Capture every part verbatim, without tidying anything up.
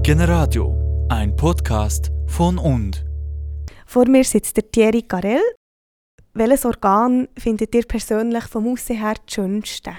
Generadio, ein Podcast von und. Vor mir sitzt der Thierry Carrel. Welches Organ findet ihr persönlich vom Aussen her das schönste?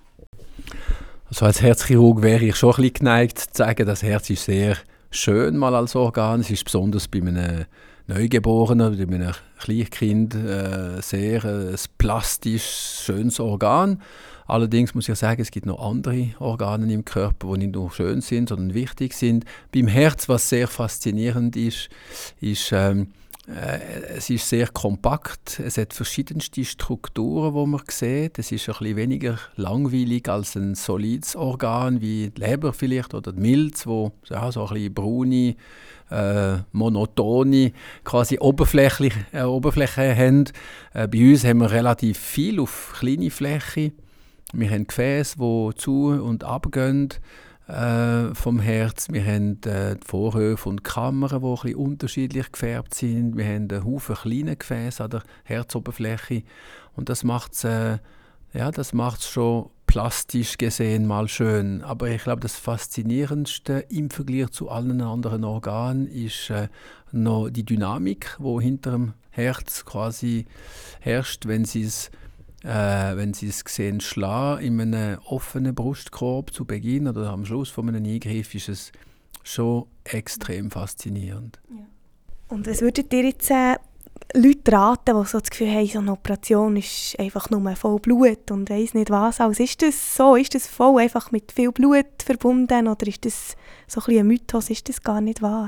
Also als Herzchirurg wäre ich schon ein bisschen geneigt zu sagen, das Herz ist sehr schön mal als Organ. Es ist besonders bei einem Neugeborenen, bei einem Kleinkind äh, sehr äh, ein plastisch schönes Organ. Allerdings muss ich sagen, es gibt noch andere Organe im Körper, die nicht nur schön sind, sondern wichtig sind. Beim Herz, was sehr faszinierend ist, ist ähm, äh, es ist sehr kompakt. Es hat verschiedenste Strukturen, die man sieht. Es ist ein bisschen weniger langweilig als ein solides Organ wie die Leber vielleicht oder die Milz, wo ja, so ein bisschen braune, äh, monotone, quasi oberflächliche, äh, Oberfläche haben. Äh, bei uns haben wir relativ viel auf kleine Fläche. Wir haben Gefäße, die zu- und abgehen äh, vom Herz. Wir haben äh, die Vorhöfe und die Kammern, die ein bisschen unterschiedlich gefärbt sind. Wir haben einen Haufen kleine Gefäße an der Herzoberfläche. Und das macht es äh, ja, das macht's schon plastisch gesehen mal schön. Aber ich glaube, das Faszinierendste im Vergleich zu allen anderen Organen ist äh, noch die Dynamik, die hinter dem Herz quasi herrscht, wenn sie es Äh, wenn Sie es sehen, schlagen in einem offenen Brustkorb zu Beginn oder am Schluss von einem Eingriff, ist es schon extrem faszinierend. Ja. Und was würdet ihr jetzt äh, Leute raten, die so das Gefühl haben, so eine Operation ist einfach nur voll Blut und weiss nicht was alles. Ist das so? Ist das voll einfach mit viel Blut verbunden oder ist das so ein bisschen ein Mythos? Ist das gar nicht wahr?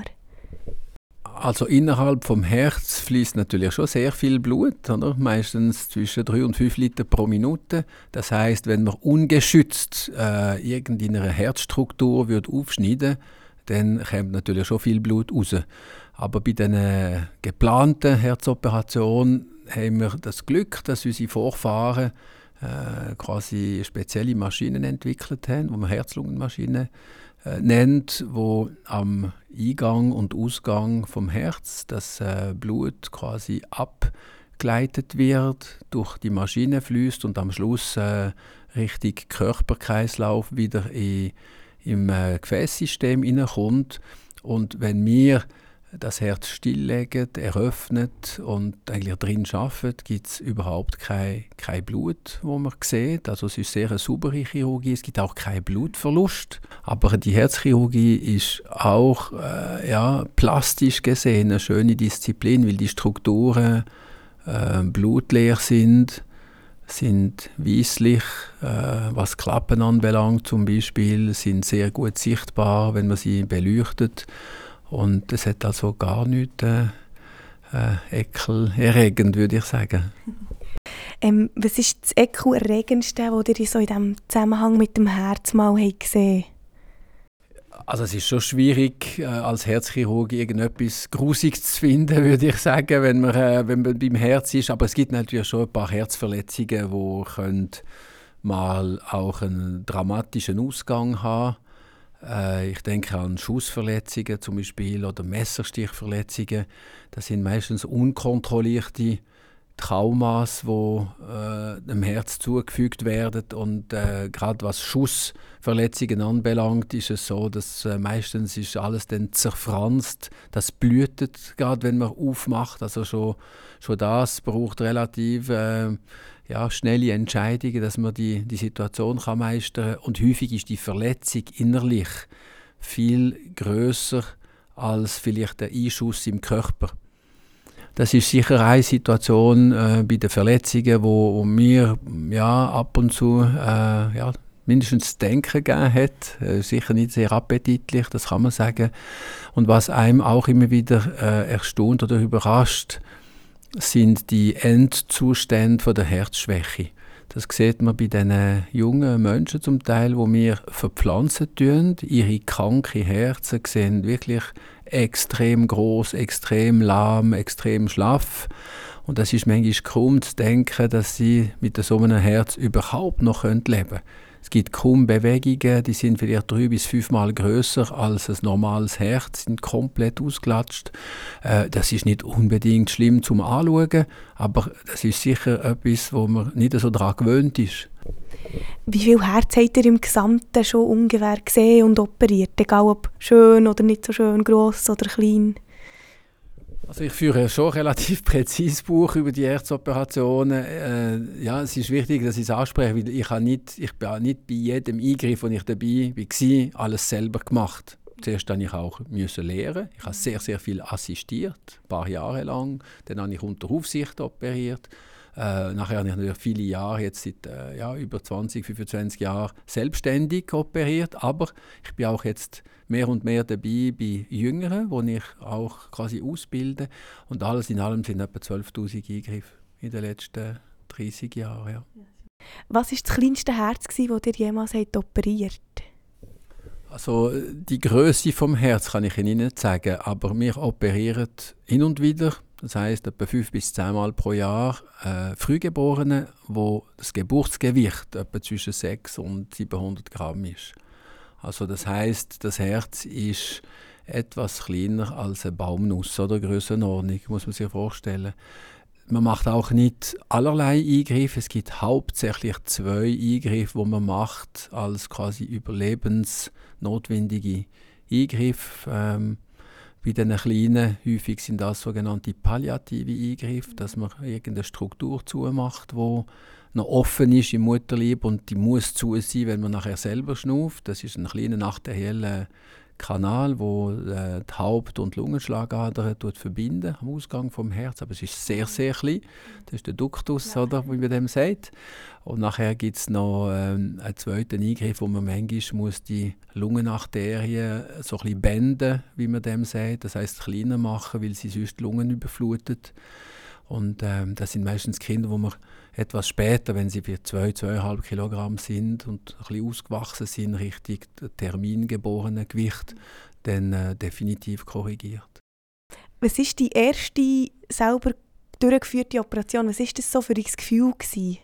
Also innerhalb vom Herz fließt natürlich schon sehr viel Blut, oder? Meistens zwischen drei und fünf Liter pro Minute. Das heißt, wenn man ungeschützt äh, irgendeine Herzstruktur würde aufschneiden, dann kommt natürlich schon viel Blut raus. Aber bei den geplanten Herzoperationen haben wir das Glück, dass unsere Vorfahren äh, quasi spezielle Maschinen entwickelt haben, die man Herz-Lungen-Maschinen äh, nennt, wo am Eingang und Ausgang vom Herz das äh, Blut quasi abgeleitet wird, durch die Maschine fließt und am Schluss äh, richtig Körperkreislauf wieder in, im äh, Gefäßsystem hineinkommt. Und wenn wir das Herz stilllegen, eröffnet und eigentlich drin arbeiten, gibt es überhaupt kein, kein Blut, das man sieht. Also es ist sehr eine saubere Chirurgie, es gibt auch keinen Blutverlust. Aber die Herzchirurgie ist auch äh, ja, plastisch gesehen eine schöne Disziplin, weil die Strukturen äh, blutleer sind, sind weisslich, äh, was Klappen anbelangt zum Beispiel, sind sehr gut sichtbar, wenn man sie beleuchtet. Und es hat also gar nichts äh, äh, ekelerregend, würde ich sagen. Ähm, was ist das ekelerregendste, was ihr so in diesem Zusammenhang mit dem Herz mal gesehen habt? Also es ist schon schwierig, äh, als Herzchirurg irgendetwas Grusiges zu finden, würde ich sagen, wenn man, äh, wenn man beim Herz ist. Aber es gibt natürlich schon ein paar Herzverletzungen, die können mal auch einen dramatischen Ausgang haben. Ich denke an Schussverletzungen zum Beispiel oder Messerstichverletzungen. Das sind meistens unkontrollierte Traumas, die äh, dem Herz zugefügt werden. Und äh, gerade was Schussverletzungen anbelangt, ist es so, dass äh, meistens ist alles dann zerfranst. Das blutet, gerade wenn man aufmacht. Also schon, schon das braucht relativ äh, ja, schnelle Entscheidungen, dass man die, die Situation kann meistern kann. Und häufig ist die Verletzung innerlich viel grösser als vielleicht der Einschuss im Körper. Das ist sicher eine Situation äh, bei den Verletzungen, wo, wo mir ja, ab und zu äh, ja, mindestens zu denken gegeben hat. Äh, sicher nicht sehr appetitlich, das kann man sagen. Und was einem auch immer wieder äh, erstaunt oder überrascht, sind die Endzustände von der Herzschwäche. Das sieht man bei diesen jungen Menschen zum Teil, die wir verpflanzen tun. Ihre kranken Herzen sehen wirklich extrem groß, extrem lahm, extrem schlaff. Und das ist manchmal kaum zu denken, dass sie mit so einem Herz überhaupt noch leben können. Es gibt kaum Bewegungen, die sind vielleicht drei bis fünfmal grösser als ein normales Herz, sind komplett ausgelatscht. Äh, das ist nicht unbedingt schlimm zum Anschauen, aber das ist sicher etwas, wo man nicht so daran gewöhnt ist. Wie viel Herz habt ihr im Gesamten schon ungefähr gesehen und operiert? Egal ob schön oder nicht so schön, gross oder klein? Also ich führe schon relativ präzise Buch über die Herzoperationen. Äh, ja, es ist wichtig, dass ich es anspreche, weil ich, habe nicht, ich bin nicht bei jedem Eingriff, wo ich dabei war, alles selber gemacht. Zuerst musste ich auch lernen. Ich habe sehr, sehr viel assistiert, ein paar Jahre lang. Dann habe ich unter Aufsicht operiert. Äh, nachher habe ich natürlich viele Jahre, jetzt seit äh, ja, über zwanzig, fünfundzwanzig Jahren, selbstständig operiert. Aber ich bin auch jetzt mehr und mehr dabei bei Jüngeren, die ich auch quasi ausbilde. Und alles in allem sind etwa zwölftausend Eingriffe in den letzten dreißig Jahren. Ja. Was war das kleinste Herz, das ihr jemals operiert habt? Also die Grösse vom Herz kann ich Ihnen nicht sagen, aber wir operieren hin und wieder. Das heisst, etwa fünf bis zehn Mal pro Jahr äh, Frühgeborene, wo das Geburtsgewicht etwa zwischen sechs und siebenhundert Gramm ist. Also das heisst, das Herz ist etwas kleiner als eine Baumnuss oder Grössenordnung, muss man sich vorstellen. Man macht auch nicht allerlei Eingriffe. Es gibt hauptsächlich zwei Eingriffe, die man macht als quasi überlebensnotwendige Eingriffe. Ähm, Bei den Kleinen häufig sind das sogenannte palliative Eingriffe, dass man irgendeine Struktur zumacht, die noch offen ist im Mutterleib und die muss zu sein, wenn man nachher selber schnauft. Das ist ein kleiner arterieller Kanal, wo äh, die Haupt- und Lungenschlagadern verbinden am Ausgang vom Herz, aber es ist sehr, sehr klein. Das ist der Duktus, ja, oder, wie man dem sagt. Und nachher gibt es noch ähm, einen zweiten Eingriff, wo man manchmal muss die Lungenarterien so ein bisschen bänden, wie man dem sagt. Das heisst kleiner machen, weil sie sonst die Lungen überflutet. Und ähm, das sind meistens Kinder, wo man etwas später, wenn sie für zwei, zweieinhalb Kilogramm sind und ein bisschen ausgewachsen sind, richtig termingeborenen Gewicht, dann äh, definitiv korrigiert. Was war die erste selber durchgeführte Operation? Was war das so für ein Gefühl gewesen?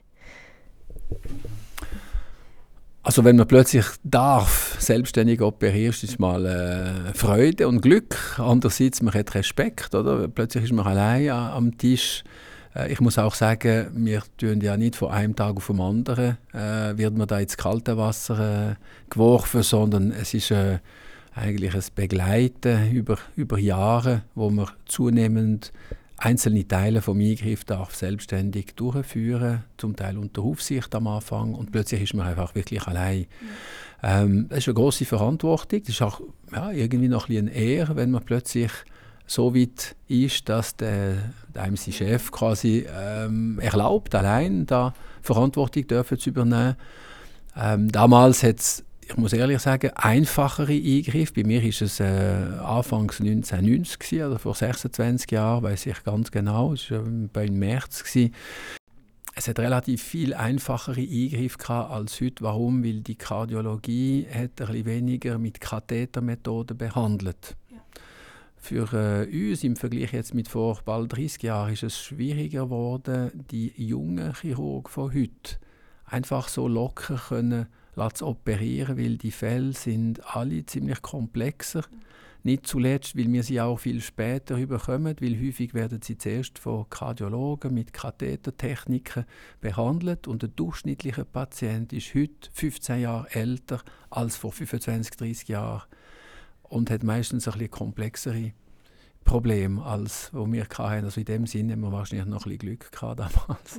Also wenn man plötzlich darf, selbstständig operieren, ist es mal äh, Freude und Glück. Andererseits, man hat Respekt, oder? Plötzlich ist man allein am Tisch. Äh, ich muss auch sagen, wir tun ja nicht von einem Tag auf den anderen, äh, wird man da ins kalte Wasser äh, geworfen, sondern es ist äh, eigentlich ein Begleiten über, über Jahre, wo man zunehmend einzelne Teile vom Eingriff darf selbstständig durchführen, zum Teil unter Aufsicht am Anfang und plötzlich ist man einfach wirklich allein. Ja. Ähm, das ist eine grosse Verantwortung, das ist auch ja, irgendwie noch ein bisschen eine Ehre, wenn man plötzlich so weit ist, dass der, der einem sein Chef quasi ähm, erlaubt, allein da Verantwortung dürfen zu übernehmen. Ähm, damals hat es, ich muss ehrlich sagen, einfachere Eingriffe. Bei mir war es äh, Anfangs neunzehnhundertneunzig, gewesen, also vor sechsundzwanzig Jahren, weiss ich ganz genau. Es war äh, im März. Gewesen. Es hat relativ viel einfachere Eingriffe gehabt als heute. Warum? Weil die Kardiologie hat ein bisschen weniger mit Kathetermethoden behandelt. Ja. Für äh, uns im Vergleich jetzt mit vor bald dreißig Jahren ist es schwieriger geworden, die jungen Chirurgen von heute einfach so locker können zu operieren, weil die Fälle sind alle ziemlich komplexer. Nicht zuletzt, weil wir sie auch viel später überkommen, weil häufig werden sie zuerst von Kardiologen mit Kathetertechniken behandelt und der durchschnittliche Patient ist heute fünfzehn Jahre älter als vor fünfundzwanzig, dreißig Jahren und hat meistens ein bisschen komplexere Probleme, als wo wir hatten. Also in dem Sinne haben wir wahrscheinlich noch ein bisschen Glück gehabt damals.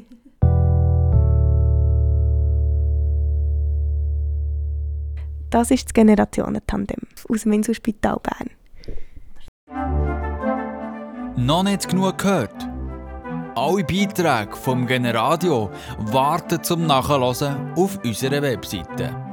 Das ist das Generationentandem aus dem Inselspital Bern. Noch nicht genug gehört? Alle Beiträge vom Generadio warten zum Nachhören auf unserer Webseite.